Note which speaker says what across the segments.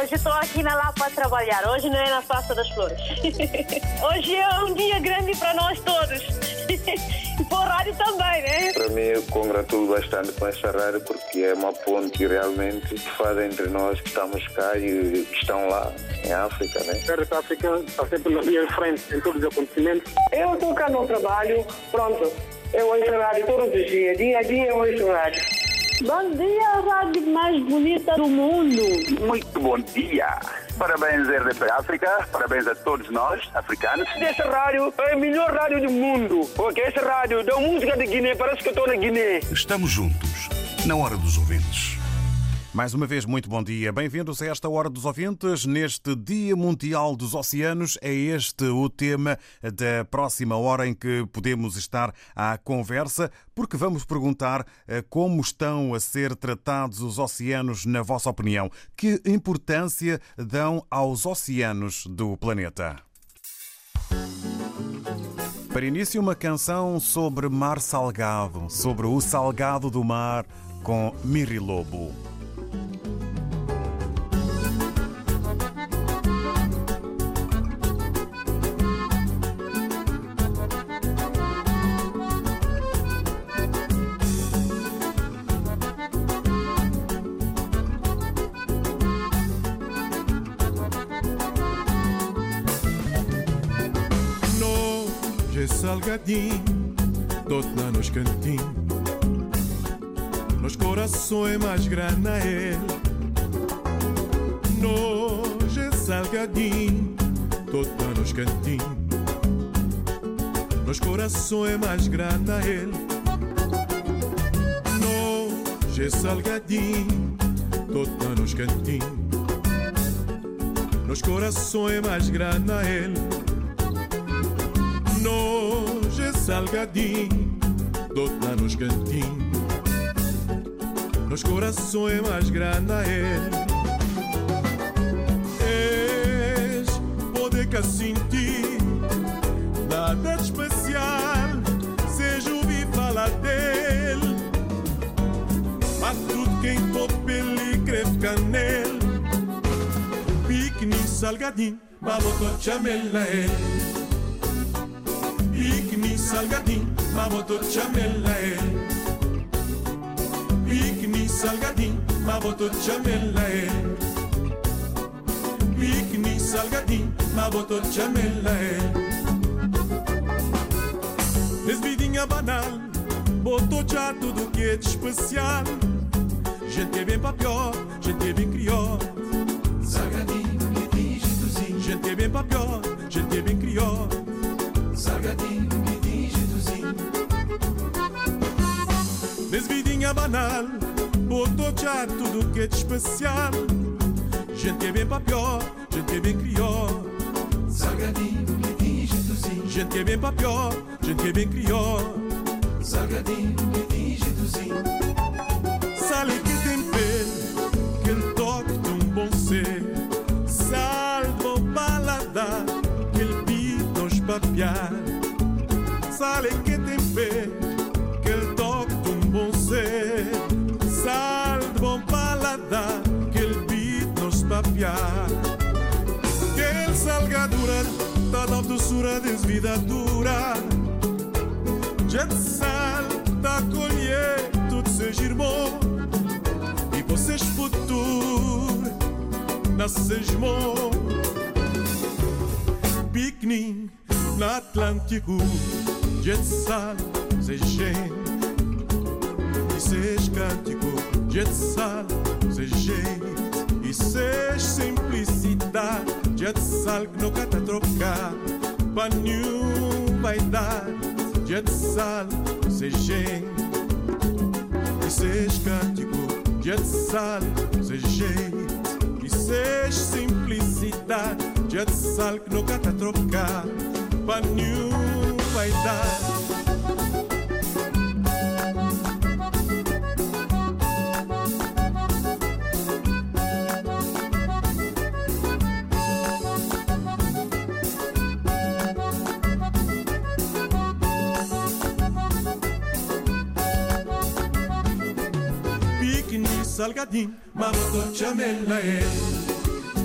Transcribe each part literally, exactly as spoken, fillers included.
Speaker 1: Hoje estou aqui na Lapa a trabalhar, hoje não é na Praça das Flores. Hoje é um dia grande para nós todos. E para o rádio também, né?
Speaker 2: Para mim, eu congratulo bastante com essa rádio porque é uma ponte realmente que faz entre nós que estamos cá e que estão lá em África, né?
Speaker 3: A África está sempre na linha de frente em todos os acontecimentos.
Speaker 4: Eu estou cá no trabalho, pronto. Eu ouço rádio todos os dias, dia a dia eu ouço rádio.
Speaker 5: Bom dia, a rádio mais bonita do mundo.
Speaker 6: Muito bom dia. Parabéns, R D P África. Parabéns a todos nós, africanos.
Speaker 3: Essa rádio é a melhor rádio do mundo. Porque essa rádio dá música de Guiné, parece que eu estou na Guiné.
Speaker 7: Estamos juntos, na hora dos ouvintes.
Speaker 8: Mais uma vez, muito bom dia. Bem-vindos a esta Hora dos Ouvintes. Neste Dia Mundial dos Oceanos, é este o tema da próxima hora em que podemos estar à conversa, porque vamos perguntar como estão a ser tratados os oceanos, na vossa opinião. Que importância dão aos oceanos do planeta? Para início, uma canção sobre mar salgado, sobre o salgado do mar, com Miri Lobo.
Speaker 9: Salgadinho, todo lá nos cantinhos, nos corações mais grande a ele. Nós é salgadinho, todo lá nos cantinhos, nos corações mais grande a ele. Nós é salgadinho, todo lá nos cantinhos, nos corações mais grande a ele. Nós é salgadinho, do lá nos cantinhos, nos corações mais grande a ele. És poder que sentir nada de especial, seja ouvir falar dele. Mas tudo quem topa ele creve canel. Pique-me salgadinho, mas botou chamel a ele. Pique-me salgadinho, mas botou chamel a ele. Pique-me salgadinho, mas botou chamel a ele. Pique-me salgadinho, mas botou chamel a ele. Desvidinha banal, botou já tudo que é de especial. Gente é bem para pior, gente é bem criou. Salgadinho, que jeitozinho. Gente é bem para pior, gente é bem criou. Salgadinho, que jeitozinho. Desvidinha banal, botou já tudo que é de especial. Gente é bem para pior, gente é bem criou. Salgadinho, que jeitozinho. Gente é bem para pior, gente é bem criou. Salgadinho, que jeitozinho. Sale que tempero, que toque de um bom ser. Sal de bom paladar, que ele pita os papiar. Sale que tempero, que ele toque de um bom ser. Sal de bom paladar, que ele pita os papiar. Que ele salgadura, toda a doçura desvidadura. Gente sal, tá colher, tudo seja irmão. E vocês futuro, nasces irmão. Piquenique no Atlântico, gente sal, seja gente. E seja cântico, gente sal, seja gente. E seja simplicidade, gente sal que nunca tá trocar. Pra nenhum vai dar. Gente sal, seja gente. E seja cântico, gente sal, seja gente. E seja simplicidade, gente sal que nunca tá trocar. Pra nenhum vai dar. Salgadinho, mas botou chamel a ele.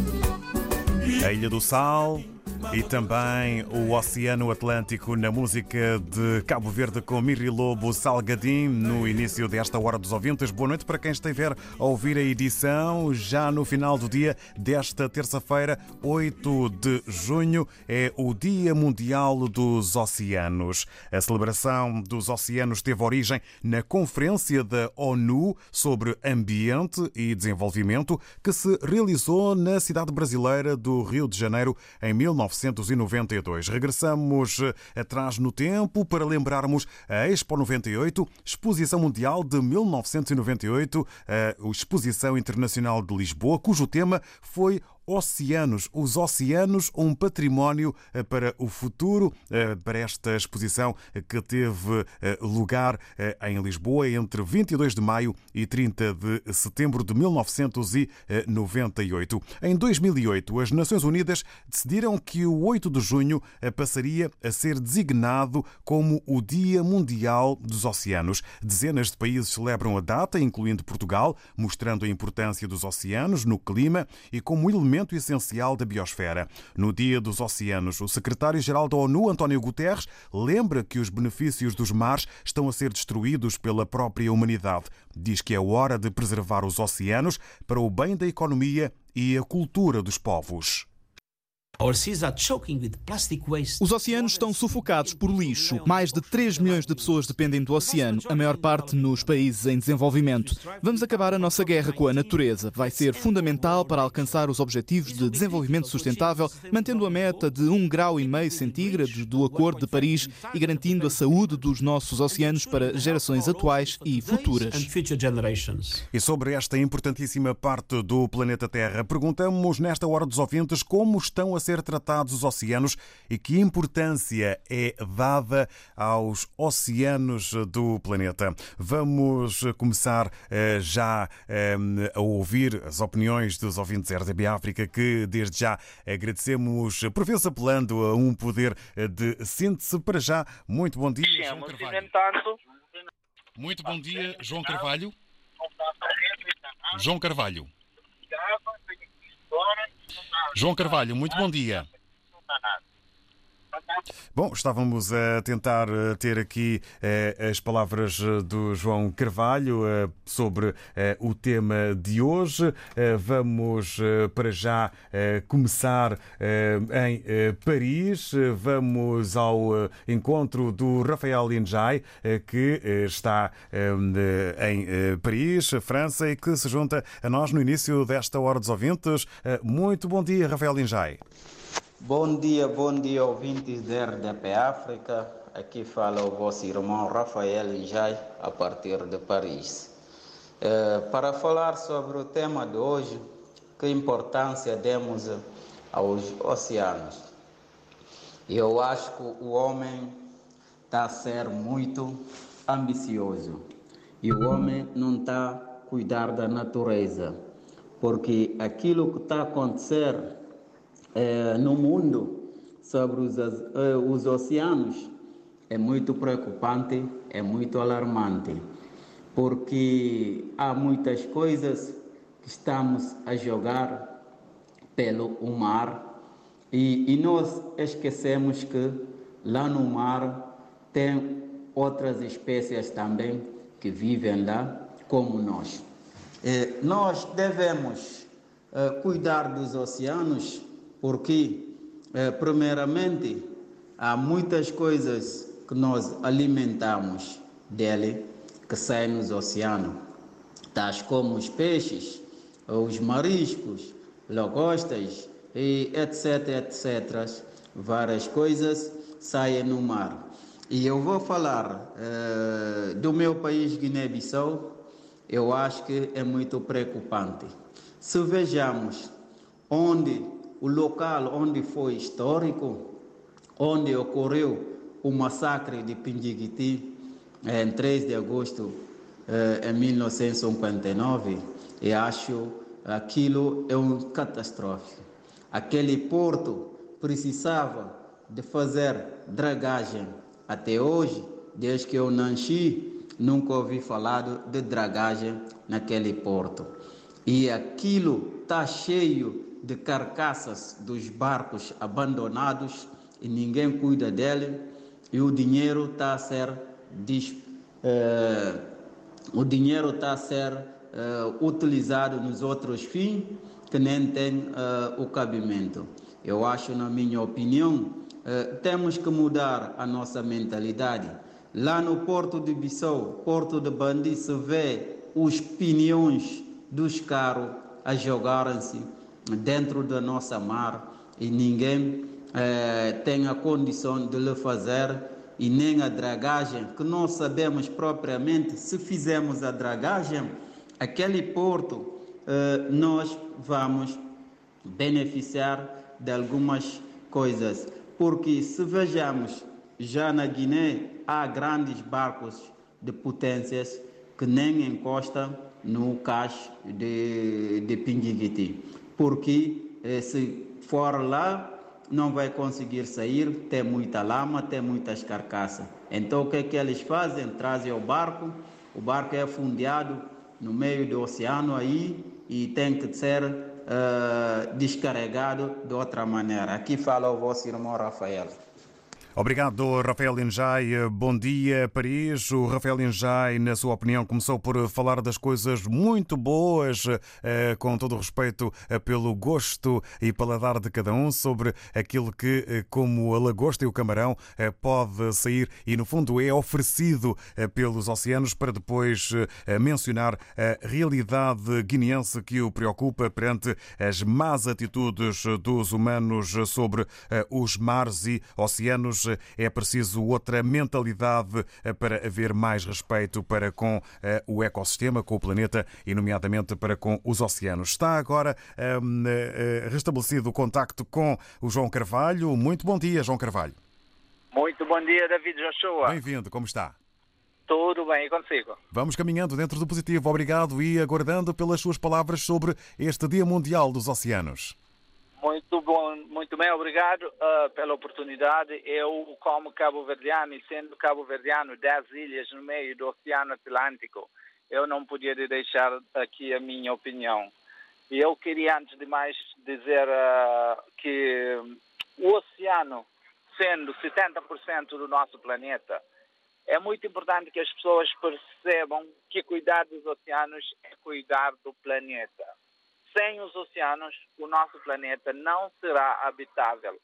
Speaker 8: A Ilha do Sal e também o Oceano Atlântico na música de Cabo Verde com Miri Lobo Salgadim no início desta Hora dos Ouvintes. Boa noite para quem estiver a ouvir a edição já no final do dia desta terça-feira, oito de junho, é o Dia Mundial dos Oceanos. A celebração dos oceanos teve origem na Conferência da ONU sobre Ambiente e Desenvolvimento que se realizou na cidade brasileira do Rio de Janeiro em mil novecentos e noventa e dois. Regressamos atrás no tempo para lembrarmos a Expo noventa e oito, Exposição Mundial de mil novecentos e noventa e oito, a Exposição Internacional de Lisboa, cujo tema foi Oceanos, os oceanos, um património para o futuro, para esta exposição que teve lugar em Lisboa entre vinte e dois de maio e trinta de setembro de mil novecentos e noventa e oito. Em dois mil e oito, as Nações Unidas decidiram que o oito de junho passaria a ser designado como o Dia Mundial dos Oceanos. Dezenas de países celebram a data, incluindo Portugal, mostrando a importância dos oceanos no clima e como elemento essencial da biosfera. No Dia dos Oceanos, o secretário-geral da ONU, António Guterres, lembra que os benefícios dos mares estão a ser destruídos pela própria humanidade. Diz que é hora de preservar os oceanos para o bem da economia e a cultura dos povos.
Speaker 10: Os oceanos estão sufocados por lixo. Mais de três milhões de pessoas dependem do oceano, a maior parte nos países em desenvolvimento. Vamos acabar a nossa guerra com a natureza. Vai ser fundamental para alcançar os objetivos de desenvolvimento sustentável, mantendo a meta de um grau e meio centígrados do Acordo de Paris e garantindo a saúde dos nossos oceanos para gerações atuais e futuras.
Speaker 8: E sobre esta importantíssima parte do planeta Terra, perguntamos nesta Hora dos Ouvintes como estão a ser tratados os oceanos e que importância é dada aos oceanos do planeta. Vamos começar uh, já uh, a ouvir as opiniões dos ouvintes R D B África, que desde já agradecemos, por vezes apelando a um poder de síntese. Para já, muito bom dia, João Carvalho. Muito bom dia, João Carvalho. João Carvalho. João Carvalho, muito bom dia. Bom, estávamos a tentar ter aqui eh, as palavras do João Carvalho eh, sobre eh, o tema de hoje. Eh, vamos eh, para já eh, começar eh, em eh, Paris. Vamos ao eh, encontro do Rafael Linjai, eh, que eh, está eh, em eh, Paris, França, e que se junta a nós no início desta Hora dos Ouvintes. Eh, muito bom dia, Rafael Linjai.
Speaker 11: Bom dia, bom dia, ouvintes da R D P África. Aqui fala o vosso irmão Rafael Linjai, a partir de Paris. É, para falar sobre o tema de hoje, que importância demos aos oceanos. Eu acho que o homem está a ser muito ambicioso e o homem não está a cuidar da natureza, porque aquilo que está a acontecer É, no mundo sobre os, uh, os oceanos é muito preocupante, é muito alarmante, porque há muitas coisas que estamos a jogar pelo mar e, e nós esquecemos que lá no mar tem outras espécies também que vivem lá como nós. É, nós devemos uh, cuidar dos oceanos porque, eh, primeiramente, há muitas coisas que nós alimentamos dele que saem nos oceanos, tais como os peixes, os mariscos, lagostas, e etc, etcétera. Várias coisas saem no mar. E eu vou falar eh, do meu país, Guiné-Bissau. Eu acho que é muito preocupante. Se vejamos onde o local onde foi histórico, onde ocorreu o massacre de Pindiguiti em três de agosto de mil novecentos e cinquenta e nove, eu acho aquilo é uma catástrofe. Aquele porto precisava de fazer dragagem. Até hoje, desde que eu nasci, nunca ouvi falar de dragagem naquele porto. E aquilo está cheio de carcaças dos barcos abandonados e ninguém cuida dele, e o dinheiro está a ser dis, eh, o dinheiro está a ser eh, utilizado nos outros fins que nem tem eh, o cabimento. Eu acho, na minha opinião, eh, temos que mudar a nossa mentalidade. Lá no Porto de Bissau, Porto de Bandi, se vê os pneus dos carros a jogarem-se dentro da nossa mar e ninguém eh, tem a condição de lhe fazer, e nem a dragagem, que não sabemos propriamente se fizermos a dragagem, aquele porto eh, nós vamos beneficiar de algumas coisas, porque se vejamos, já na Guiné há grandes barcos de potências que nem encostam no cais de, de Pinguiguiti, porque eh, se for lá não vai conseguir sair, tem muita lama, tem muitas carcaças. Então o que é que eles fazem? Trazem o barco, o barco é afundeado no meio do oceano aí e tem que ser uh, descarregado de outra maneira. Aqui fala o vosso irmão Rafael.
Speaker 8: Obrigado, Rafael Injai. Bom dia, Paris. O Rafael Injai, na sua opinião, começou por falar das coisas muito boas, com todo o respeito pelo gosto e paladar de cada um, sobre aquilo que, como a lagosta e o camarão, pode sair e, no fundo, é oferecido pelos oceanos, para depois mencionar a realidade guineense que o preocupa perante as más atitudes dos humanos sobre os mares e oceanos. É preciso outra mentalidade para haver mais respeito para com o ecossistema, com o planeta e, nomeadamente, para com os oceanos. Está agora um, restabelecido o contacto com o João Carvalho. Muito bom dia, João Carvalho.
Speaker 12: Muito bom dia, David Joshua.
Speaker 8: Bem-vindo, como está?
Speaker 12: Tudo bem, e consigo?
Speaker 8: Vamos caminhando dentro do positivo. Obrigado e aguardando pelas suas palavras sobre este Dia Mundial dos Oceanos.
Speaker 12: Muito bom, muito bem, obrigado uh, pela oportunidade. Eu, como cabo-verdiano, e sendo cabo-verdiano, dez ilhas no meio do Oceano Atlântico, eu não podia deixar aqui a minha opinião. E eu queria, antes de mais, dizer uh, que o oceano, sendo setenta por cento do nosso planeta, é muito importante que as pessoas percebam que cuidar dos oceanos é cuidar do planeta. Sem os oceanos, o nosso planeta não será habitável.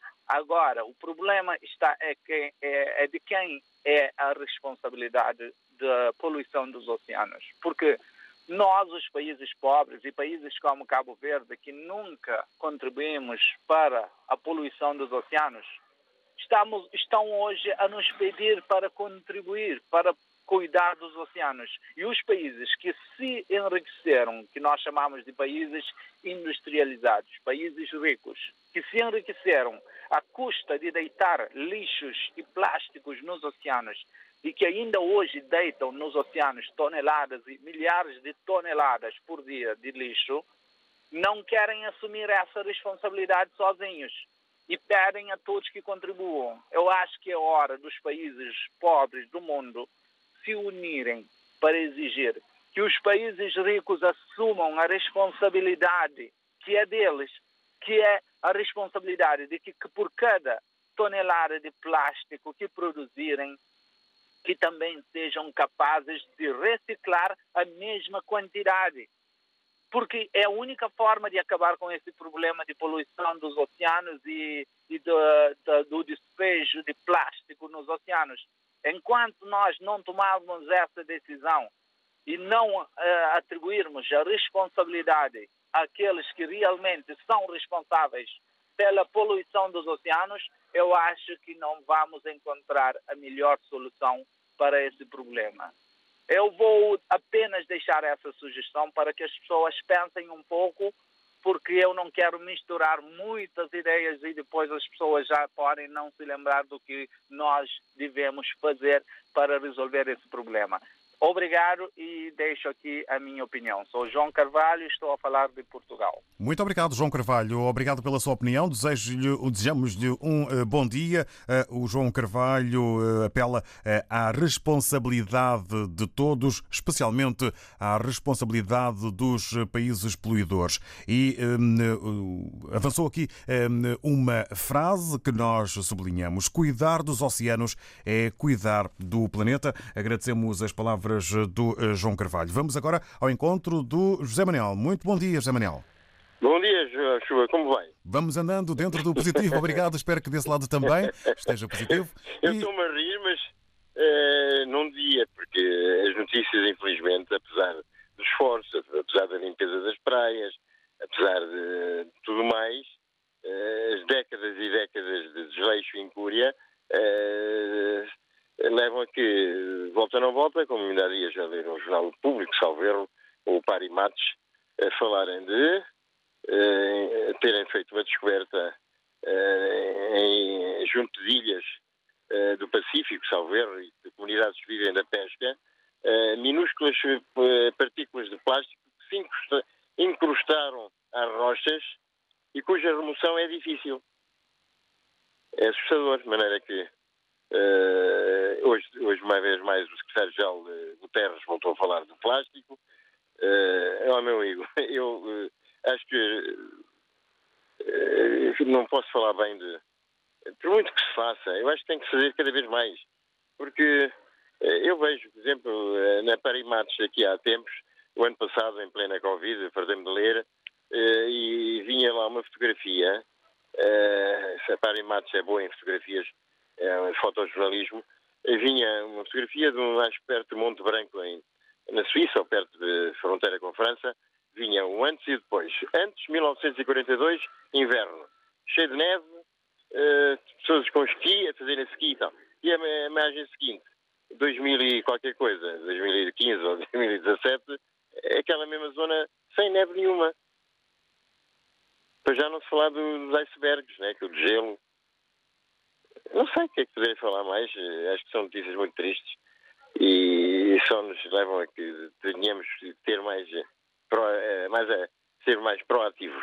Speaker 12: Agora, o problema está é, que, é, é de quem é a responsabilidade da poluição dos oceanos. Porque nós, os países pobres e países como Cabo Verde, que nunca contribuímos para a poluição dos oceanos, estamos, estão hoje a nos pedir para contribuir, para cuidar dos oceanos. E os países que se enriqueceram, que nós chamamos de países industrializados, países ricos, que se enriqueceram à custa de deitar lixos e plásticos nos oceanos e que ainda hoje deitam nos oceanos toneladas e milhares de toneladas por dia de lixo, não querem assumir essa responsabilidade sozinhos e pedem a todos que contribuam. Eu acho que é hora dos países pobres do mundo se unirem para exigir que os países ricos assumam a responsabilidade que é deles, que é a responsabilidade de que, que por cada tonelada de plástico que produzirem, que também sejam capazes de reciclar a mesma quantidade. Porque é a única forma de acabar com esse problema de poluição dos oceanos e, e do, do, do despejo de plástico nos oceanos. Enquanto nós não tomarmos essa decisão e não uh, atribuirmos a responsabilidade àqueles que realmente são responsáveis pela poluição dos oceanos, eu acho que não vamos encontrar a melhor solução para esse problema. Eu vou apenas deixar essa sugestão para que as pessoas pensem um pouco, porque eu não quero misturar muitas ideias e depois as pessoas já podem não se lembrar do que nós devemos fazer para resolver esse problema. Obrigado e deixo aqui a minha opinião. Sou João Carvalho e estou a falar de Portugal.
Speaker 8: Muito obrigado, João Carvalho. Obrigado pela sua opinião. Desejo-lhe, desejamos-lhe um uh, bom dia. Uh, o João Carvalho uh, apela uh, à responsabilidade de todos, especialmente à responsabilidade dos países poluidores. E um, uh, avançou aqui um, uma frase que nós sublinhamos. Cuidar dos oceanos é cuidar do planeta. Agradecemos as palavras do uh, João Carvalho. Vamos agora ao encontro do José Manuel. Muito bom dia, José Manuel.
Speaker 13: Bom dia, João. Como vai?
Speaker 8: Vamos andando dentro do positivo. Obrigado. Espero que desse lado também esteja positivo.
Speaker 13: Eu
Speaker 8: e...
Speaker 13: estou-me a rir, mas uh, não devia, porque as notícias, infelizmente, apesar do esforço, apesar da limpeza das praias, apesar de tudo mais, uh, as décadas e décadas de desleixo e incúria uh, levam a que, volta ou não volta, como ainda há dias já leram o Jornal Público, salvo erro, ou o Pari Matos, a falarem de Uh, terem feito uma descoberta uh, em, junto de ilhas uh, do Pacífico, salvo erro, e de comunidades que vivem da pesca, uh, minúsculas uh, partículas de plástico que se incrusta, incrustaram às rochas e cuja remoção é difícil. É assustador, de maneira que uh, hoje, hoje, uma vez mais, o secretário-geral uh, Guterres voltou a falar do plástico. Uh, oh, meu amigo, eu... Uh, Acho que uh, não posso falar bem de... Por muito que se faça, eu acho que tem que fazer cada vez mais. Porque uh, eu vejo, por exemplo, uh, na Parimatos aqui há tempos, o ano passado, em plena Covid, fartei-me de ler, uh, e vinha lá uma fotografia. Uh, se a Parimatos é boa em fotografias, é um fotojornalismo, uh, vinha uma fotografia de um, acho perto de Monte Branco, em, na Suíça, ou perto de fronteira com a França. Vinha um antes e depois. Antes, mil novecentos e quarenta e dois, inverno. Cheio de neve, uh, pessoas com esqui, a fazerem esqui e tal. E a, a imagem seguinte, dois mil e qualquer coisa, dois mil e quinze ou dois mil e dezassete, é aquela mesma zona sem neve nenhuma. Para já não se falar dos icebergs, né, que o de gelo. Não sei o que é que poderia falar mais. Acho que são notícias muito tristes. E só nos levam a que tenhamos de ter mais... Pro, é, mas é ser mais proativos.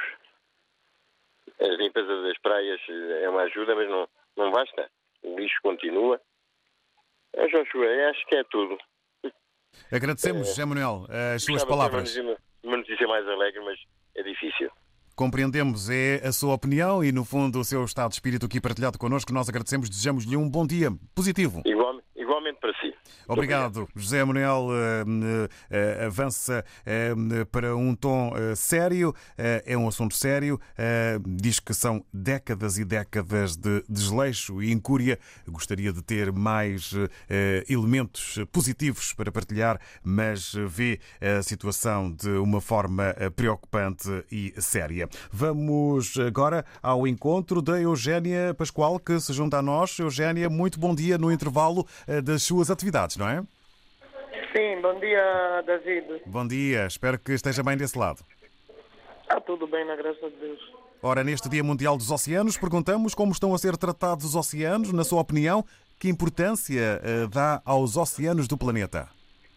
Speaker 13: A limpeza das praias é uma ajuda, mas não, não basta. O lixo continua. É, Joshua, acho que é tudo.
Speaker 8: Agradecemos, José Manuel, as suas palavras.
Speaker 13: Uma, uma notícia mais alegre, mas é difícil.
Speaker 8: Compreendemos, é a sua opinião e, no fundo, o seu estado de espírito aqui partilhado connosco. Nós agradecemos, desejamos-lhe um bom dia positivo.
Speaker 13: Igual, igualmente para si.
Speaker 8: Obrigado. Obrigado. José Manuel uh, uh, avança uh, para um tom uh, sério, uh, é um assunto sério, uh, diz que são décadas e décadas de desleixo e incúria. Gostaria de ter mais uh, elementos positivos para partilhar, mas vê a situação de uma forma preocupante e séria. Vamos agora ao encontro da Eugénia Pascoal, que se junta a nós. Eugénia, muito bom dia no intervalo uh, das suas atividades, não é?
Speaker 4: Sim, bom dia, David.
Speaker 8: Bom dia, espero que esteja bem desse lado.
Speaker 4: Está tudo bem, na graça de Deus.
Speaker 8: Ora, neste Dia Mundial dos Oceanos, perguntamos como estão a ser tratados os oceanos, na sua opinião, que importância uh, dá aos oceanos do planeta?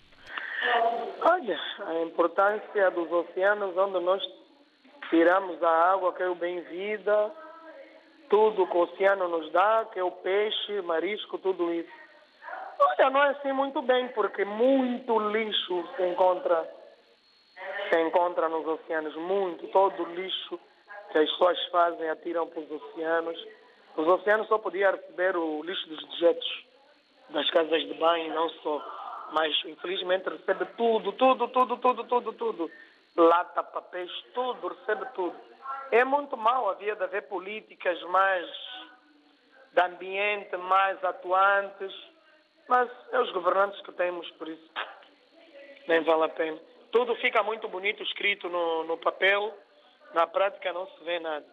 Speaker 4: Olha, a importância dos oceanos, onde nós tiramos a água, que é o bem-vida, tudo que o oceano nos dá, que é o peixe, marisco, tudo isso. Olha, não é assim muito bem, porque muito lixo se encontra, se encontra nos oceanos, muito. Todo o lixo que as pessoas fazem, atiram para os oceanos. Os oceanos só podiam receber o lixo dos dejetos das casas de banho, não só. Mas, infelizmente, recebe tudo, tudo, tudo, tudo, tudo, tudo. Lata, papéis, tudo, recebe tudo. É muito mal, havia de haver políticas mais de ambiente, mais atuantes. Mas é os governantes que temos, por isso nem vale a pena. Tudo fica muito bonito escrito no, no papel, na prática não se vê nada.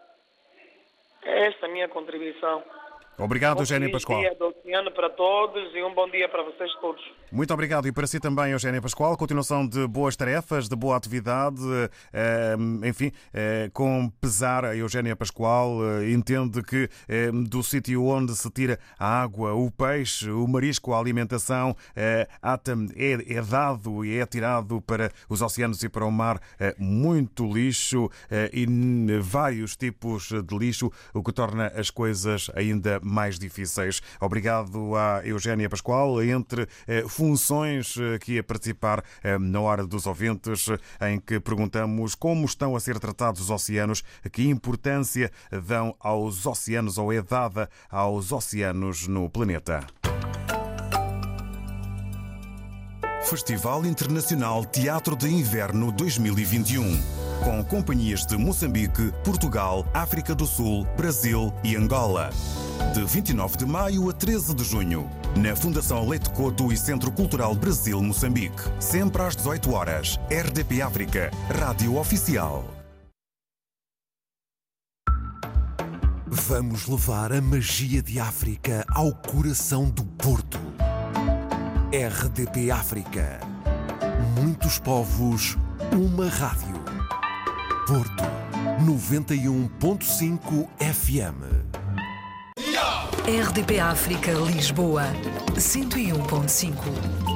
Speaker 4: É essa a minha contribuição.
Speaker 8: Obrigado, Eugénia Pascoal.
Speaker 4: Um bom dia do oceano para todos e um bom dia para vocês todos.
Speaker 8: Muito obrigado e para si também, Eugénia Pascoal. Continuação de boas tarefas, de boa atividade. Enfim, com pesar, a Eugénia Pascoal entende que do sítio onde se tira a água, o peixe, o marisco, a alimentação, é, é dado e é tirado para os oceanos e para o mar muito lixo e vários tipos de lixo, o que torna as coisas ainda mais difíceis. Obrigado à Eugénia Pascoal. Entre funções que ia participar na Hora dos Ouvintes, em que perguntamos como estão a ser tratados os oceanos, que importância dão aos oceanos ou é dada aos oceanos no planeta.
Speaker 7: Festival Internacional Teatro de Inverno dois mil e vinte e um, com companhias de Moçambique, Portugal, África do Sul, Brasil e Angola. De vinte e nove de maio a treze de junho, na Fundação Leite Coto e Centro Cultural Brasil-Moçambique. Sempre às dezoito horas. R D P África, Rádio Oficial.
Speaker 14: Vamos levar a magia de África ao coração do Porto. R D P África. Muitos povos, uma rádio. Porto, noventa e um ponto cinco F M.
Speaker 15: R D P África Lisboa, cento e um ponto cinco.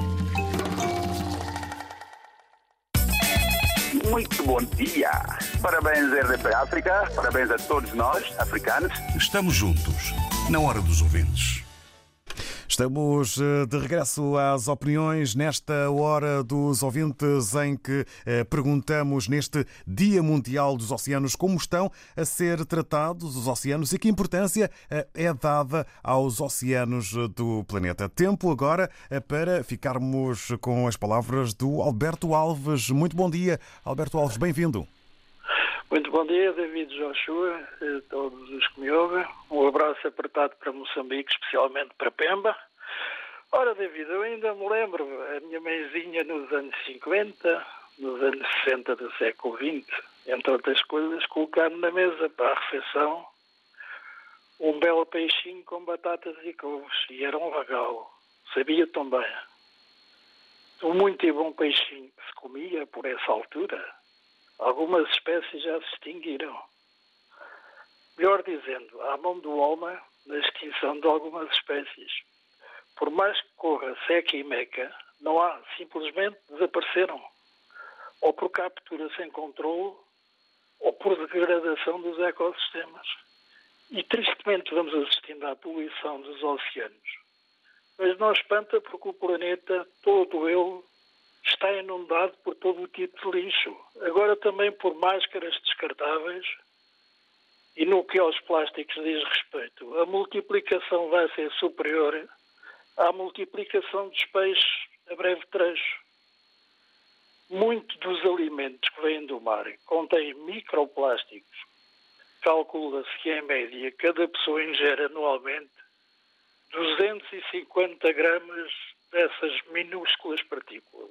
Speaker 6: Muito bom dia. Parabéns, R D P África. Parabéns a todos nós, africanos.
Speaker 7: Estamos juntos, na Hora dos Ouvintes.
Speaker 8: Estamos de regresso às opiniões nesta Hora dos Ouvintes, em que eh, perguntamos neste Dia Mundial dos Oceanos como estão a ser tratados os oceanos e que importância eh, é dada aos oceanos do planeta. Tempo agora eh, para ficarmos com as palavras do Alberto Alves. Muito bom dia, Alberto Alves, bem-vindo.
Speaker 16: Muito bom dia, David Joshua, a todos os que me ouvem. Um abraço apertado para Moçambique, especialmente para Pemba. Ora, David, eu ainda me lembro, a minha mãezinha nos anos cinquenta, nos anos sessenta do século vinte, entre outras coisas, colocar-me na mesa para a refeição um belo peixinho com batatas e couves, e era um vagal. Sabia tão bem. Um muito e bom peixinho que se comia por essa altura. Algumas espécies já se extinguiram. Melhor dizendo, à mão do homem, na extinção de algumas espécies. Por mais que corra seca e meca, não há, simplesmente desapareceram. Ou por captura sem controle, ou por degradação dos ecossistemas. E tristemente vamos assistindo à poluição dos oceanos. Mas não espanta porque o planeta, todo ele, está inundado por todo o tipo de lixo. Agora também por máscaras descartáveis. E no que aos plásticos diz respeito, a multiplicação vai ser superior à multiplicação dos peixes a breve trecho. Muitos dos alimentos que vêm do mar contêm microplásticos. Calcula-se que, em média, cada pessoa ingere anualmente duzentos e cinquenta gramas dessas minúsculas partículas.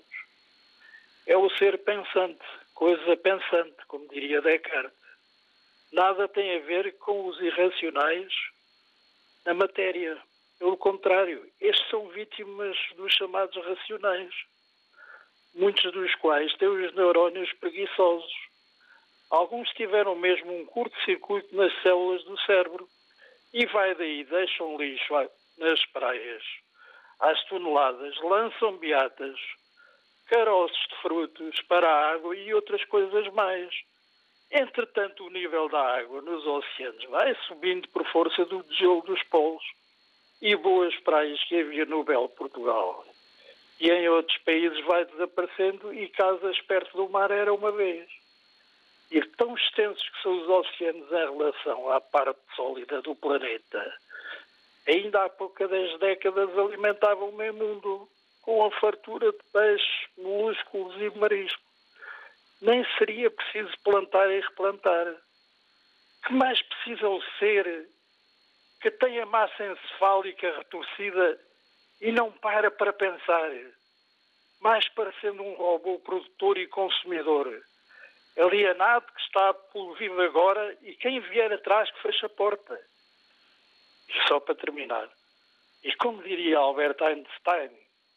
Speaker 16: É o ser pensante, coisa pensante, como diria Descartes. Nada tem a ver com os irracionais na matéria. Pelo contrário, estes são vítimas dos chamados racionais, muitos dos quais têm os neurónios preguiçosos. Alguns tiveram mesmo um curto-circuito nas células do cérebro e vai daí, deixam lixo nas praias, às toneladas, lançam beatas, caroços de frutos para a água e outras coisas mais. Entretanto, o nível da água nos oceanos vai subindo por força do degelo dos polos e boas praias que havia no belo Portugal. E em outros países vai desaparecendo e casas perto do mar era uma vez. E tão extensos que são os oceanos em relação à parte sólida do planeta. Ainda há poucas décadas alimentavam o meio mundo com a fartura de peixes, molúsculos e marisco. Nem seria preciso plantar e replantar. Que mais precisam ser que tem a massa encefálica retorcida e não para para pensar, mais parecendo um robô produtor e consumidor, alienado que está pelo vivo agora e quem vier atrás que feche a porta. E só para terminar, e como diria Albert Einstein,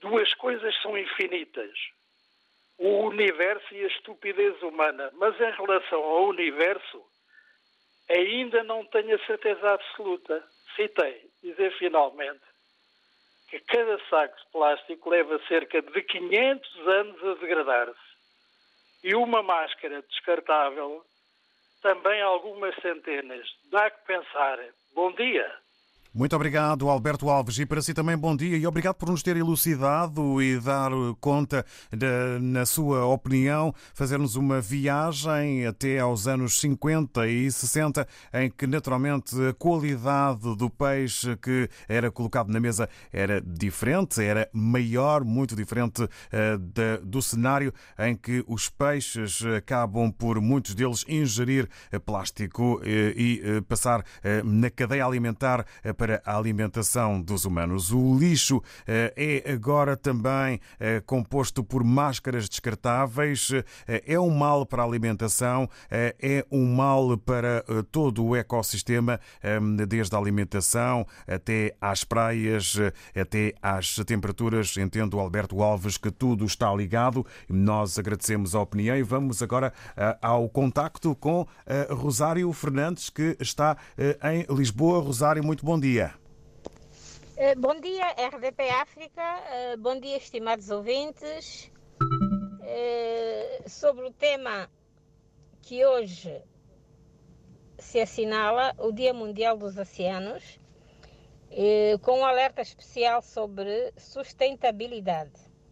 Speaker 16: duas coisas são infinitas: o universo e a estupidez humana. Mas em relação ao universo, ainda não tenho a certeza absoluta. Citei dizer finalmente que cada saco de plástico leva cerca de quinhentos anos a degradar-se. E uma máscara descartável, também algumas centenas. Dá que pensar. Bom dia.
Speaker 8: Muito obrigado, Alberto Alves. E para si também bom dia e obrigado por nos ter elucidado e dar conta, de, na sua opinião, fazer-nos uma viagem até aos anos cinquenta e sessenta, em que naturalmente a qualidade do peixe que era colocado na mesa era diferente, era maior, muito diferente uh, de, do cenário em que os peixes acabam por, muitos deles, ingerir plástico uh, e uh, passar uh, na cadeia alimentar uh, para a alimentação dos humanos. O lixo é agora também composto por máscaras descartáveis, é um mal para a alimentação, é um mal para todo o ecossistema, desde a alimentação até às praias, até às temperaturas. Entendo, Alberto Alves, que tudo está ligado. Nós agradecemos a opinião e vamos agora ao contacto com Rosário Fernandes, que está em Lisboa. Rosário, muito bom dia.
Speaker 17: Uh, bom dia, R D P África, uh, bom dia, estimados ouvintes. Uh, sobre o tema que hoje se assinala, o Dia Mundial dos Oceanos, uh, com um alerta especial sobre sustentabilidade.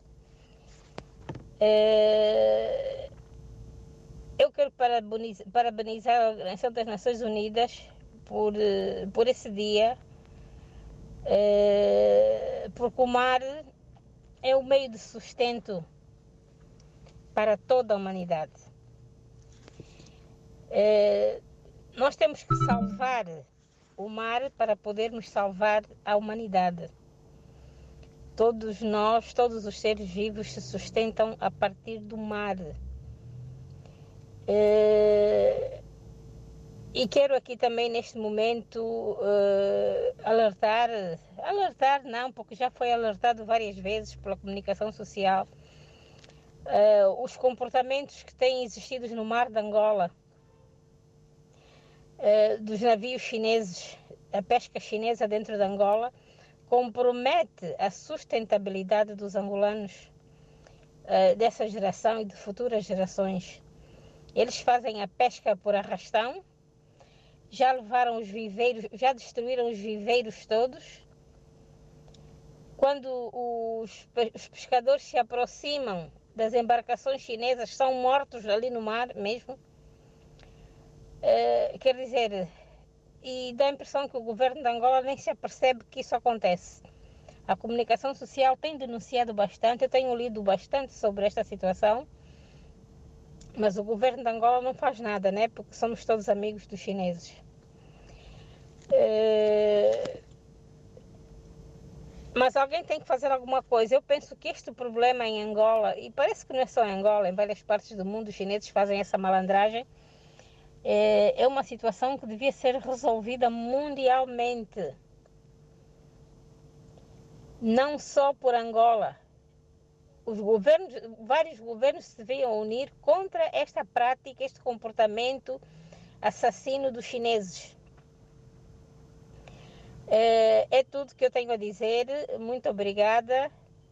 Speaker 17: Uh, eu quero parabenizar, parabenizar a Organização das Nações Unidas por, uh, por esse dia. Uh, porque o mar é o meio de sustento para toda a humanidade. Uh, nós temos que salvar o mar para podermos salvar a humanidade. Todos nós, todos os seres vivos se sustentam a partir do mar. Uh, E quero aqui também, neste momento, uh, alertar, alertar não, porque já foi alertado várias vezes pela comunicação social, uh, os comportamentos que têm existido no mar de Angola, uh, dos navios chineses, a pesca chinesa dentro de Angola, compromete a sustentabilidade dos angolanos, uh, dessa geração e de futuras gerações. Eles fazem a pesca por arrastão, já levaram os viveiros, já destruíram os viveiros todos. Quando os, os pescadores se aproximam das embarcações chinesas, são mortos ali no mar mesmo. Uh, quer dizer, e dá a impressão que o governo de Angola nem se apercebe que isso acontece. A comunicação social tem denunciado bastante, eu tenho lido bastante sobre esta situação, mas o governo de Angola não faz nada, né? Porque somos todos amigos dos chineses. É... Mas alguém tem que fazer alguma coisa. Eu penso que este problema em Angola, e parece que não é só em Angola, em várias partes do mundo os chineses fazem essa malandragem, é, é uma situação que devia ser resolvida mundialmente. Não só por Angola. Os governos, vários governos se deviam unir contra esta prática, este comportamento assassino dos chineses. É, é tudo que eu tenho a dizer. Muito obrigada.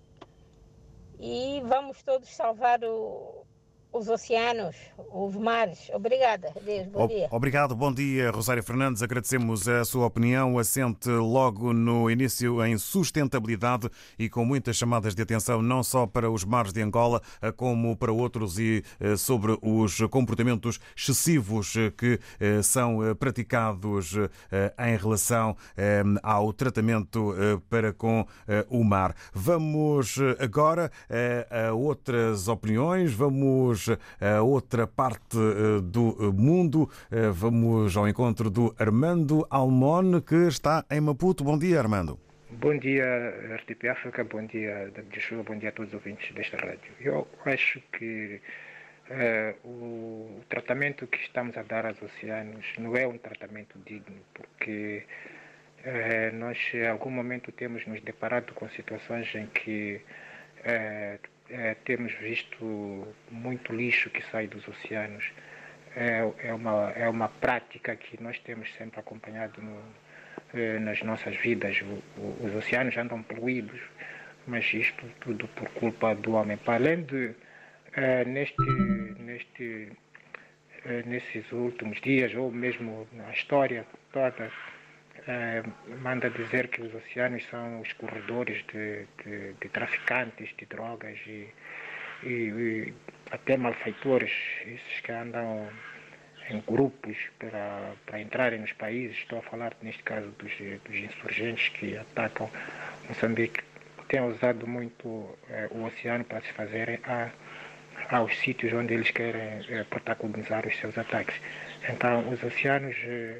Speaker 17: E vamos todos salvar o, os oceanos, os mares. Obrigada. Deus, bom dia.
Speaker 8: Obrigado, bom dia, Rosário Fernandes. Agradecemos a sua opinião, assente logo no início em sustentabilidade e com muitas chamadas de atenção, não só para os mares de Angola, como para outros, e sobre os comportamentos excessivos que são praticados em relação ao tratamento para com o mar. Vamos agora a outras opiniões, vamos a outra parte do mundo. Vamos ao encontro do Armando Almon, que está em Maputo. Bom dia, Armando.
Speaker 18: Bom dia, R T P África, bom dia, David Joshua, bom dia a todos os ouvintes desta rádio. Eu acho que uh, o tratamento que estamos a dar aos oceanos não é um tratamento digno, porque uh, nós, em algum momento, temos nos deparado com situações em que É, é, temos visto muito lixo que sai dos oceanos. É, é, uma, é uma prática que nós temos sempre acompanhado no, é, nas nossas vidas. O, o, os oceanos andam poluídos, mas isto tudo por culpa do homem. Para além de, é, neste, neste, é, nesses últimos dias, ou mesmo na história toda, é, manda dizer que os oceanos são os corredores de, de, de traficantes de drogas e, e, e até malfeitores, esses que andam em grupos para, para entrarem nos países. Estou a falar neste caso dos, dos insurgentes que atacam Moçambique. Têm usado muito é, o oceano para se fazerem a, aos sítios onde eles querem é, protagonizar os seus ataques. Então, os oceanos,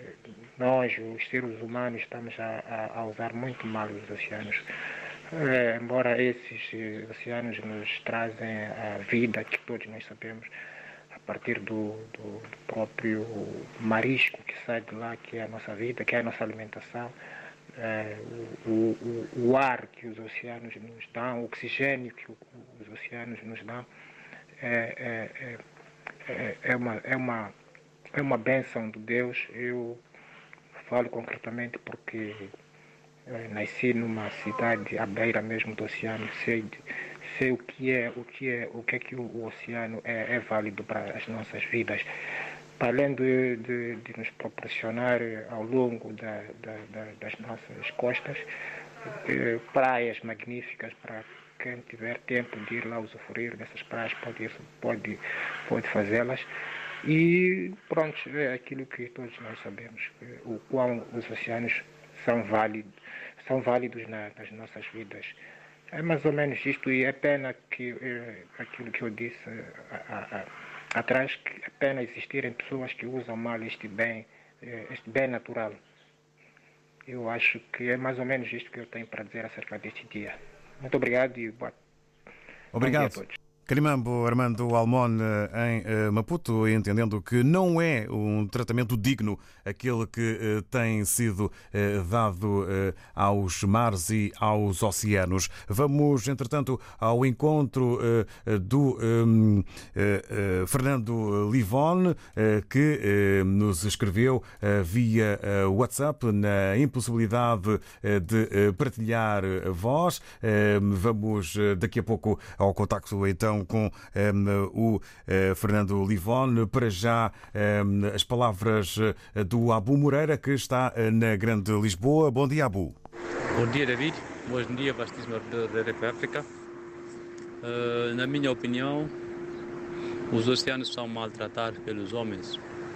Speaker 18: nós, os seres humanos, estamos a, a usar muito mal os oceanos. É, embora esses oceanos nos trazem a vida que todos nós sabemos, a partir do, do, do próprio marisco que sai de lá, que é a nossa vida, que é a nossa alimentação, é, o, o, o ar que os oceanos nos dão, o oxigênio que os oceanos nos dão, é, é, é, é uma... É uma É uma bênção de Deus. Eu falo concretamente porque eh, nasci numa cidade à beira mesmo do oceano, sei, sei o que é o que é o que é que o, o oceano é, é válido para as nossas vidas, para além de, de, de nos proporcionar ao longo da, da, da, das nossas costas eh, praias magníficas. Para quem tiver tempo de ir lá usufruir dessas praias pode pode pode fazê-las. E pronto, é aquilo que todos nós sabemos, o quão os oceanos são válidos, são válidos na, nas nossas vidas. É mais ou menos isto, e é pena que é, aquilo que eu disse a, a, a, atrás, que é pena existirem pessoas que usam mal este bem, este bem natural. Eu acho que é mais ou menos isto que eu tenho para dizer acerca deste dia. Muito obrigado e boa
Speaker 8: Obrigado.
Speaker 18: Bom dia a todos.
Speaker 8: Carimambo Armando Almon em Maputo, entendendo que não é um tratamento digno aquele que tem sido dado aos mares e aos oceanos. Vamos, entretanto, ao encontro do Fernando Livon, que nos escreveu via WhatsApp na impossibilidade de partilhar voz. Vamos daqui a pouco ao contacto, então, com um, o uh, Fernando Livon. Para já, um, as palavras do Abu Moreira, que está uh, na Grande Lisboa. Bom dia, Abu.
Speaker 19: Bom dia, David. Bom dia, vastíssimo da R D P África. Uh, na minha opinião, os oceanos são maltratados pelos homens.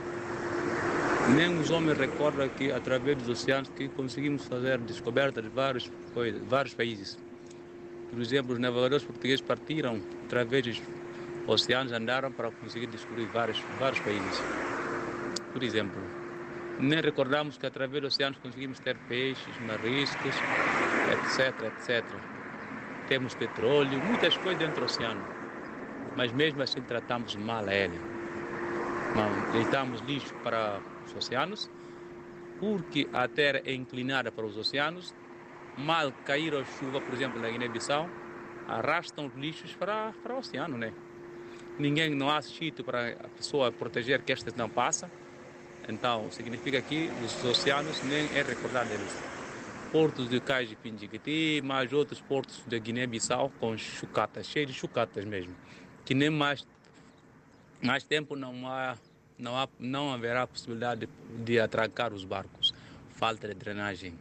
Speaker 19: Nem os homens recordam que, através dos oceanos, que conseguimos fazer descobertas de vários, vários países. Por exemplo, os navegadores portugueses partiram através dos oceanos, andaram para conseguir descobrir vários, vários países. Por exemplo, nem recordamos que através dos oceanos conseguimos ter peixes, mariscos, etc, etcétera. Temos petróleo, muitas coisas dentro do oceano, mas mesmo assim tratamos mal a ele. Não, deitamos lixo para os oceanos, porque a terra é inclinada para os oceanos. Mal cair a chuva, por exemplo, na Guiné-Bissau, arrastam os lixos para, para o oceano, né? Ninguém, não há sítio para a pessoa proteger que estas não passam. Então, significa que os oceanos nem é recordado deles. Portos de Cais de Pindiquiti, mais outros portos da Guiné-Bissau com chucatas, cheios de chucatas mesmo. Que nem mais, mais tempo não, há, não, há, não haverá possibilidade de, de atracar os barcos. Falta de drenagem.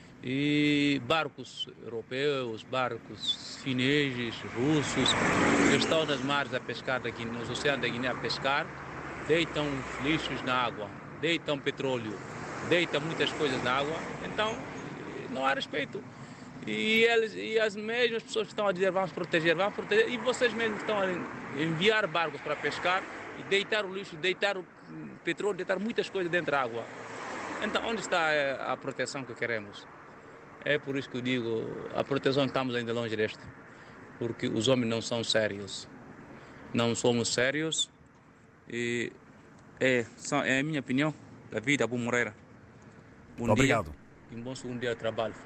Speaker 19: E barcos europeus, barcos chineses, russos, que estão nas mares a pescar, daqui, nos oceanos da Guiné a pescar, deitam lixos na água, deitam petróleo, deitam muitas coisas na água, então não há respeito. E, eles, e as mesmas pessoas que estão a dizer vamos proteger, vamos proteger, e vocês mesmos estão a enviar barcos para pescar e deitar o lixo, deitar o petróleo, deitar muitas coisas dentro da água. Então onde está a proteção que queremos? É por isso que eu digo, a proteção estamos ainda longe deste, porque os homens não são sérios. Não somos sérios e é, é a minha opinião. David Abu Moreira. Bom
Speaker 8: Obrigado.
Speaker 19: Dia, e um bom segundo dia de trabalho. Força.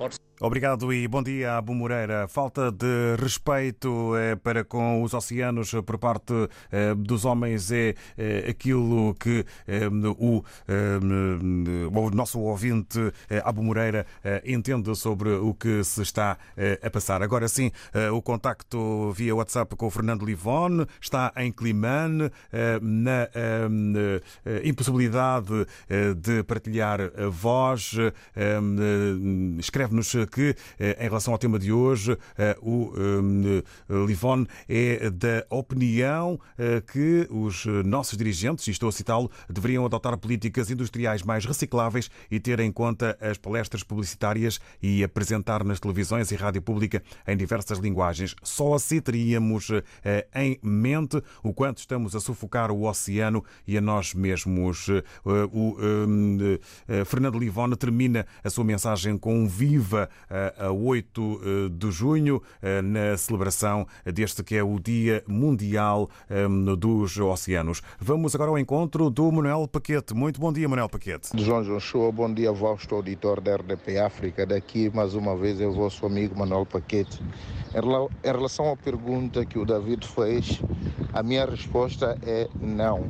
Speaker 8: Obrigado e bom dia, Abu Moreira. Falta de respeito eh, para com os oceanos por parte eh, dos homens é eh, aquilo que eh, o, eh, o nosso ouvinte eh, Abu Moreira eh, entende sobre o que se está eh, a passar. Agora sim, eh, o contacto via WhatsApp com o Fernando Livon está em Climane, eh, na eh, impossibilidade eh, de partilhar a voz. Eh, escreve-nos que, em relação ao tema de hoje, o Livon é da opinião que os nossos dirigentes, e estou a citá-lo, deveriam adotar políticas industriais mais recicláveis e ter em conta as palestras publicitárias e apresentar nas televisões e rádio pública em diversas linguagens. Só assim teríamos em mente o quanto estamos a sufocar o oceano e a nós mesmos. O Fernando Livon termina a sua mensagem com um viva a oito de junho, na celebração deste que é o Dia Mundial dos Oceanos. Vamos agora ao encontro do Manuel Paquete. Muito bom dia, Manuel Paquete.
Speaker 20: João Joshua, bom dia, vasto auditor da R D P África. Daqui, mais uma vez, é o vosso amigo Manuel Paquete. Em relação à pergunta que o David fez, a minha resposta é não.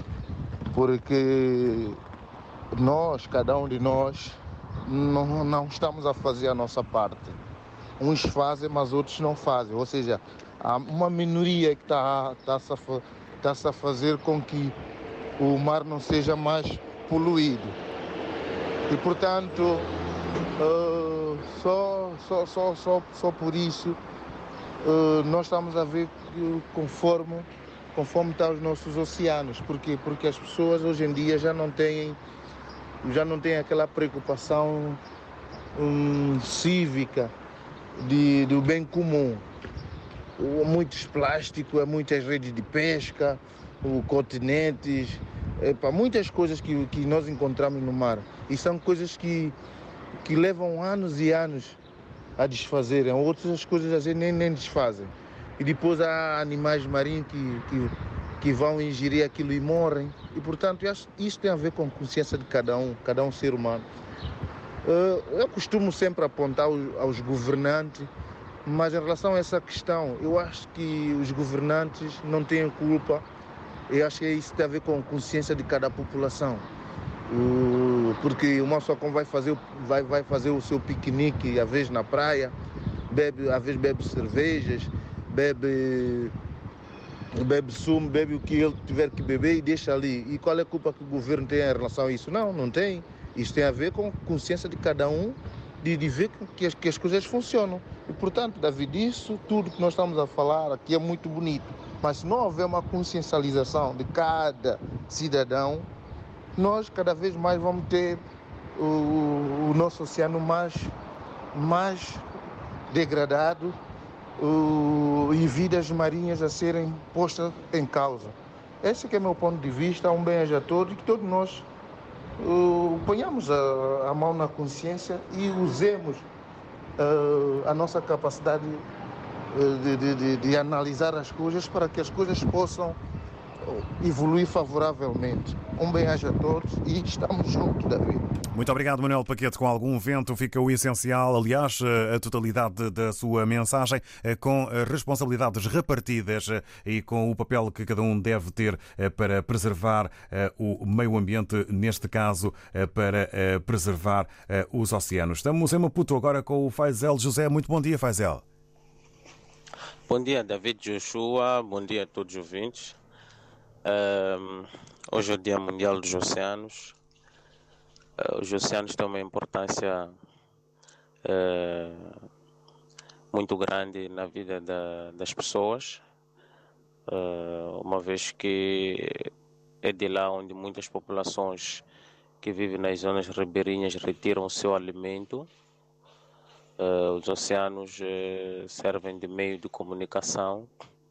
Speaker 20: Porque nós, cada um de nós, Não, não estamos a fazer a nossa parte. Uns fazem, mas outros não fazem. Ou seja, há uma minoria que está, está-se, a, está-se a fazer com que o mar não seja mais poluído. E, portanto, uh, só, só, só, só, só por isso uh, nós estamos a ver conforme, conforme estão os nossos oceanos. Por quê? Porque as pessoas hoje em dia já não têm já não tem aquela preocupação hum, cívica de, do bem comum. Muitos plásticos, muitas redes de pesca, continentes, epa, muitas coisas que, que nós encontramos no mar. E são coisas que, que levam anos e anos a desfazerem. Outras coisas às vezes nem, nem desfazem. E depois há animais marinhos que, que, que vão ingerir aquilo e morrem. E, portanto, isso tem a ver com a consciência de cada um, cada um ser humano. Eu costumo sempre apontar aos governantes, mas em relação a essa questão, eu acho que os governantes não têm culpa. Eu acho que isso tem a ver com a consciência de cada população. Porque o Moçocão vai fazer, vai, vai fazer o seu piquenique, às vezes na praia, bebe, às vezes bebe cervejas, bebe... bebe sumo, bebe o que ele tiver que beber e deixa ali. E qual é a culpa que o governo tem em relação a isso? Não, não tem. Isso tem a ver com a consciência de cada um, de, de ver que as, que as coisas funcionam. E, portanto, David, isso tudo que nós estamos a falar aqui é muito bonito. Mas se não houver uma consciencialização de cada cidadão, nós cada vez mais vamos ter o, o nosso oceano mais, mais degradado, Uh, e vidas marinhas a serem postas em causa. Esse que é o meu ponto de vista. Um bem-aja a todos e que todos nós uh, ponhamos a, a mão na consciência e usemos uh, a nossa capacidade uh, de, de, de, de analisar as coisas para que as coisas possam evoluir favoravelmente. Um bem-aja a todos e estamos juntos, David.
Speaker 8: Muito obrigado, Manuel Paquete. Com algum vento fica o essencial, aliás, a totalidade da sua mensagem, com responsabilidades repartidas e com o papel que cada um deve ter para preservar o meio ambiente, neste caso, para preservar os oceanos. Estamos em Maputo agora com o Faisel José. Muito bom dia, Faisel.
Speaker 21: Bom dia, David Joshua. Bom dia a todos os ouvintes. Um, hoje é o Dia Mundial dos Oceanos. Uh, os oceanos têm uma importância uh, muito grande na vida da, das pessoas, uh, uma vez que é de lá onde muitas populações que vivem nas zonas ribeirinhas retiram o seu alimento. Uh, os oceanos uh, servem de meio de comunicação.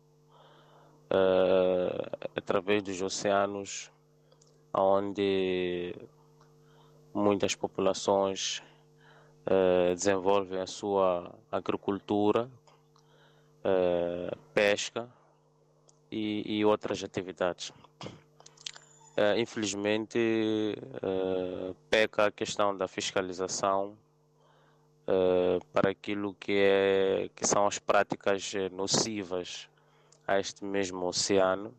Speaker 21: Uh, através dos oceanos, onde muitas populações uh, desenvolvem a sua agricultura, uh, pesca e, e outras atividades. Uh, infelizmente, uh, peca a questão da fiscalização uh, para aquilo que, é, que são as práticas nocivas a este mesmo oceano,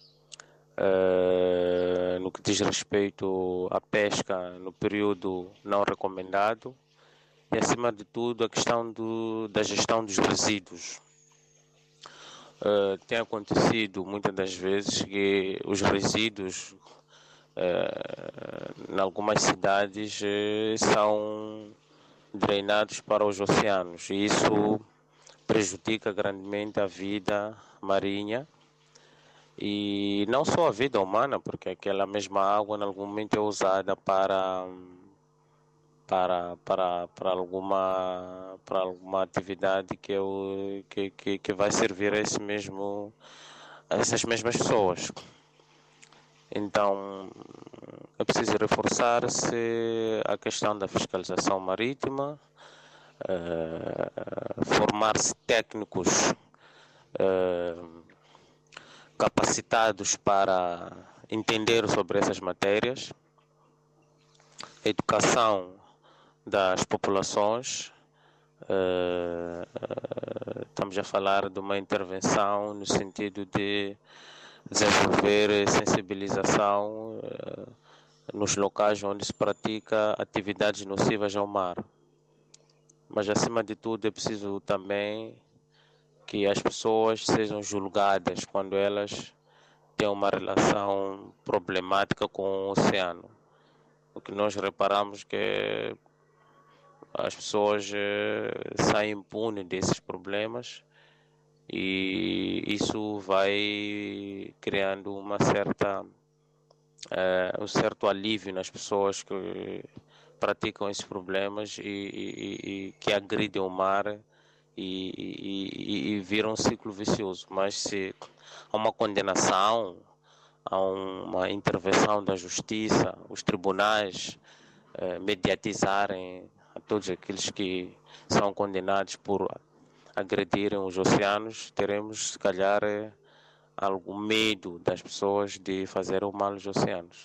Speaker 21: uh, no que diz respeito à pesca no período não recomendado e, acima de tudo, a questão do, da gestão dos resíduos. Uh, tem acontecido muitas das vezes que os resíduos uh, em algumas cidades uh, são drenados para os oceanos e isso prejudica grandemente a vida marinha e não só a vida humana, porque aquela mesma água em algum momento é usada para para para para alguma para alguma atividade que eu que, que que vai servir a esse mesmo a essas mesmas pessoas. Então é preciso reforçar-se a questão da fiscalização marítima, uh, formar-se técnicos uh, capacitados para entender sobre essas matérias, educação das populações. Uh, uh, estamos a falar de uma intervenção no sentido de desenvolver sensibilização uh, nos locais onde se pratica atividades nocivas ao mar. Mas, acima de tudo, é preciso também que as pessoas sejam julgadas quando elas têm uma relação problemática com o oceano. O que nós reparamos que as pessoas uh, saem impunes desses problemas e isso vai criando uma certa, uh, um certo alívio nas pessoas que praticam esses problemas e, e, e que agridem o mar e, e, e viram um ciclo vicioso. Mas se há uma condenação, há uma intervenção da justiça, os tribunais uh, mediatizarem a todos aqueles que são condenados por agredirem os oceanos, teremos, se calhar, algum medo das pessoas de fazer o mal aos oceanos.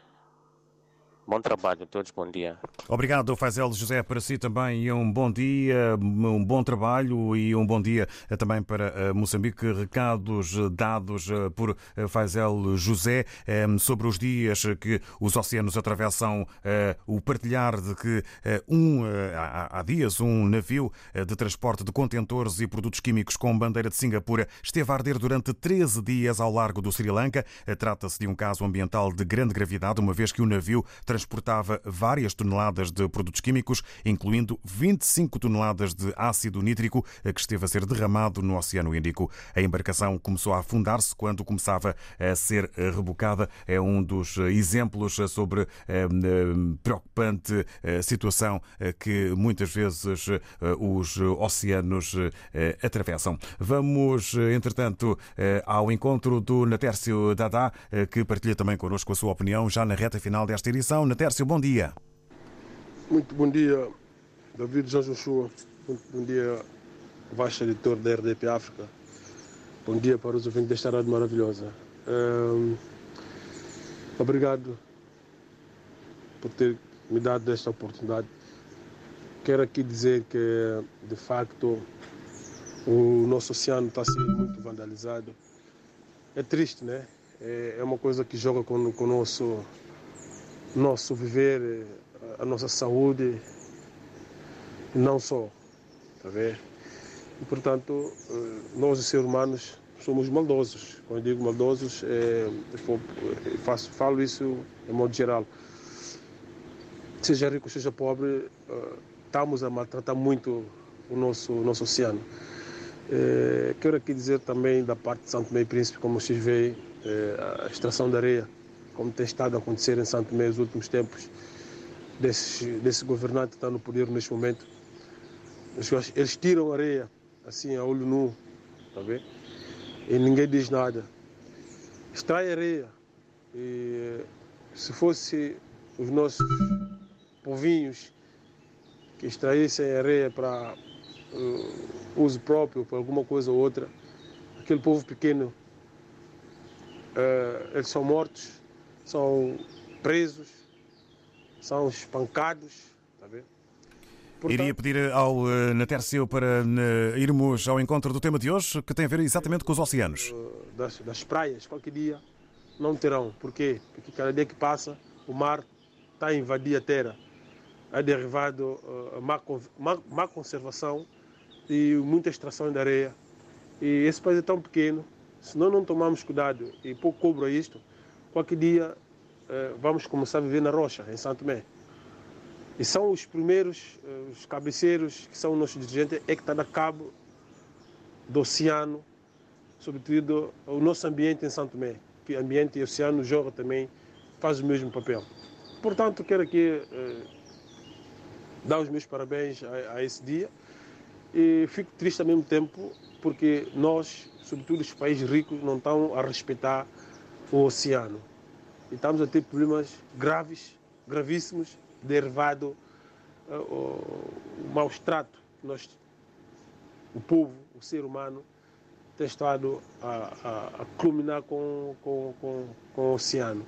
Speaker 21: Bom trabalho a todos, bom dia.
Speaker 8: Obrigado, Faisel José, para si também e um bom dia, um bom trabalho e um bom dia também para Moçambique. Recados dados por Faisel José sobre os dias que os oceanos atravessam, o partilhar de que um, há dias um navio de transporte de contentores e produtos químicos com bandeira de Singapura esteve a arder durante treze dias ao largo do Sri Lanka. Trata-se de um caso ambiental de grande gravidade, uma vez que o navio transportava várias toneladas de produtos químicos, incluindo vinte e cinco toneladas de ácido nítrico que esteve a ser derramado no Oceano Índico. A embarcação começou a afundar-se quando começava a ser rebocada. É um dos exemplos sobre a preocupante situação que muitas vezes os oceanos atravessam. Vamos, entretanto, ao encontro do Natércio Dadá, que partilha também connosco a sua opinião já na reta final desta edição. Natércio, bom dia.
Speaker 1: Muito bom dia, David João Joshua. Muito bom dia, vasto editor da R D P África. Bom dia para os ouvintes desta rádio maravilhosa. Um, obrigado por ter me dado esta oportunidade. Quero aqui dizer que, de facto, o nosso oceano está sendo muito vandalizado. É triste, né? É uma coisa que joga com, com o nosso, nosso viver, a nossa saúde, e não só, tá vendo? E, portanto, nós, os seres humanos, somos maldosos. Quando eu digo maldosos, é, eu faço, falo isso em modo geral. Seja rico, seja pobre, estamos a maltratar muito o nosso, o nosso oceano. É, quero aqui dizer também da parte de Santo Tomé e Príncipe, como vocês veem, é, a extração de areia, como tem estado a acontecer em Santo Tomé nos últimos tempos, desse, desse governante que está no poder neste momento. Eles tiram areia, assim, a olho nu, tá vendo? E ninguém diz nada. Extrai areia. E se fosse os nossos povinhos que extraíssem areia para uh, uso próprio, para alguma coisa ou outra, aquele povo pequeno, uh, eles são mortos, são presos, são espancados, tá vendo? Portanto,
Speaker 8: iria pedir ao uh, Natércio para uh, irmos ao encontro do tema de hoje, que tem a ver exatamente com os oceanos.
Speaker 1: Das, das praias, qualquer dia, não terão. Por quê? Porque cada dia que passa, o mar está a invadir a terra. É derivado a uh, má, má, má conservação e muita extração de areia. E esse país é tão pequeno, se nós não tomarmos cuidado e pôr cobro a isto, qualquer dia uh, vamos começar a viver na rocha, em Santo Tomé. E são os primeiros, uh, os cabeceiros, que são nossos dirigentes, é que está a cabo do oceano, sobretudo o nosso ambiente em Santo Tomé. Que ambiente e oceano joga também, faz o mesmo papel. Portanto, quero aqui uh, dar os meus parabéns a, a esse dia. E fico triste ao mesmo tempo porque nós, sobretudo os países ricos, não estão a respeitar o oceano. E estamos a ter problemas graves, gravíssimos, derivado uh, o mau trato que nós, o povo, o ser humano, tem estado a, a, a culminar com, com, com, com o oceano.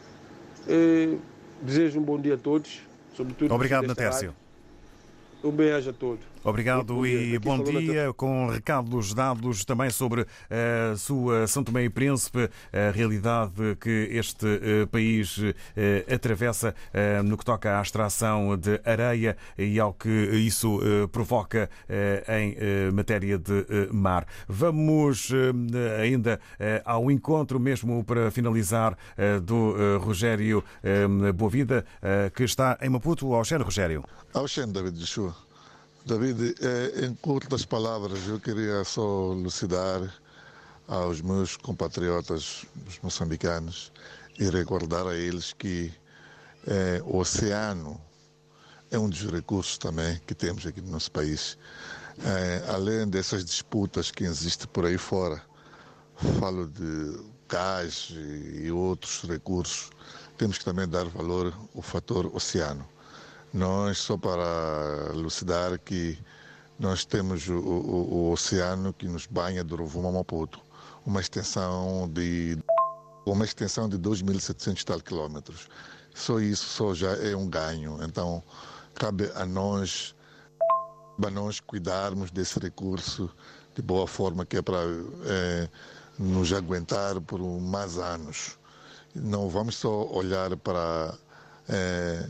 Speaker 1: E desejo um bom dia a todos, sobretudo.
Speaker 8: Obrigado, Natércio.
Speaker 1: Um beijo a todos.
Speaker 8: Obrigado e bom dia, com recados dados também sobre a sua São Tomé e Príncipe, a realidade que este país atravessa no que toca à extração de areia e ao que isso provoca em matéria de mar. Vamos ainda ao encontro, mesmo para finalizar, do Rogério Boavida, que está em Maputo. Ao Xen, Rogério.
Speaker 2: Ao Xen, David Joshua. David, em curtas palavras, eu queria só elucidar aos meus compatriotas, os moçambicanos, e recordar a eles que eh, o oceano é um dos recursos também que temos aqui no nosso país. Eh, além dessas disputas que existem por aí fora, falo de gás e outros recursos, temos que também dar valor ao fator oceano. Nós, só para elucidar, que nós temos o, o, o oceano que nos banha do Rovuma a Maputo, uma extensão de uma extensão de dois mil e setecentos tal quilômetros. Só isso só já é um ganho. Então, cabe a nós, a nós cuidarmos desse recurso de boa forma, que é para é, nos aguentar por mais anos. Não vamos só olhar para é,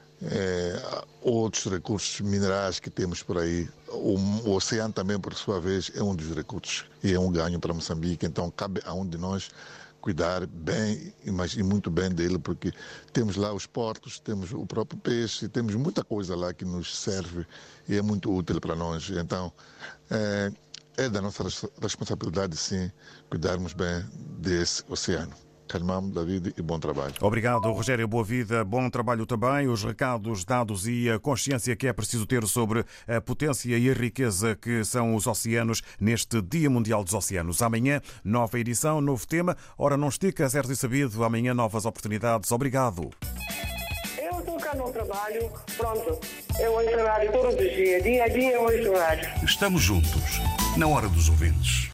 Speaker 2: É, outros recursos minerais que temos por aí. O, o oceano também, por sua vez, é um dos recursos e é um ganho para Moçambique. Então cabe a um de nós cuidar bem, mas e muito bem dele, porque temos lá os portos, temos o próprio peixe, temos muita coisa lá que nos serve e é muito útil para nós. Então é, é da nossa responsabilidade, sim, cuidarmos bem desse oceano. Calmamos, David, e bom trabalho.
Speaker 8: Obrigado, Rogério Boavida. Bom trabalho também. Os recados dados e a consciência que é preciso ter sobre a potência e a riqueza que são os oceanos neste Dia Mundial dos Oceanos. Amanhã, nova edição, novo tema. Ora, não estica, certo e sabido. Amanhã, novas oportunidades. Obrigado.
Speaker 4: Eu estou cá no trabalho. Pronto. Eu ouço rádio todos os dias. Dia a dia eu ouço rádio.
Speaker 14: Estamos juntos, na hora dos ouvintes.